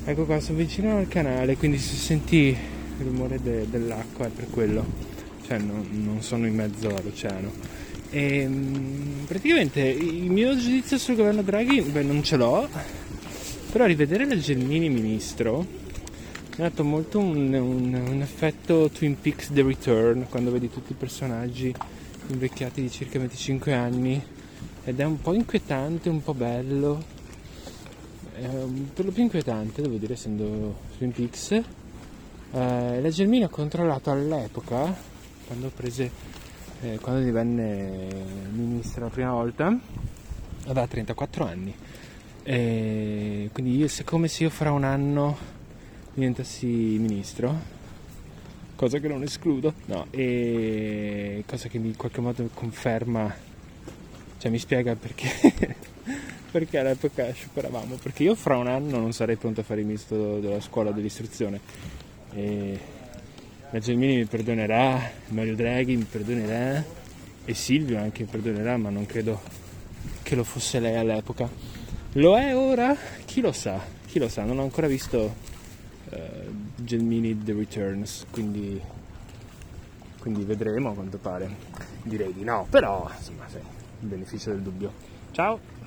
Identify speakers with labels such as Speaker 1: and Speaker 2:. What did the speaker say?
Speaker 1: Ecco qua, sono vicino al canale, quindi se senti il rumore dell'acqua è per quello, cioè non sono in mezzo all'oceano. E praticamente il mio giudizio sul governo Draghi, non ce l'ho, però rivedere la Gelmini ministro mi ha dato molto un effetto Twin Peaks The Return, quando vedi tutti i personaggi invecchiati di circa 25 anni, ed è un po' inquietante, un po' bello. Per lo più inquietante, devo dire, essendo Twin Peaks. La Gelmini ha controllato all'epoca, quando divenne ministra la prima volta, aveva 34 anni. Quindi è come se io fra un anno diventassi ministro, cosa che non escludo, no, e cosa che in qualche modo conferma, cioè mi spiega perché perché all'epoca scioperavamo, perché io fra un anno non sarei pronto a fare il ministro della scuola dell'istruzione, e la Gelmini mi perdonerà, Mario Draghi mi perdonerà e Silvio anche mi perdonerà, ma non credo che lo fosse lei all'epoca. Lo è ora? Chi lo sa, non ho ancora visto Gelmini The Returns, quindi vedremo, a quanto pare. Direi di no, però insomma, sì, il beneficio del dubbio. Ciao!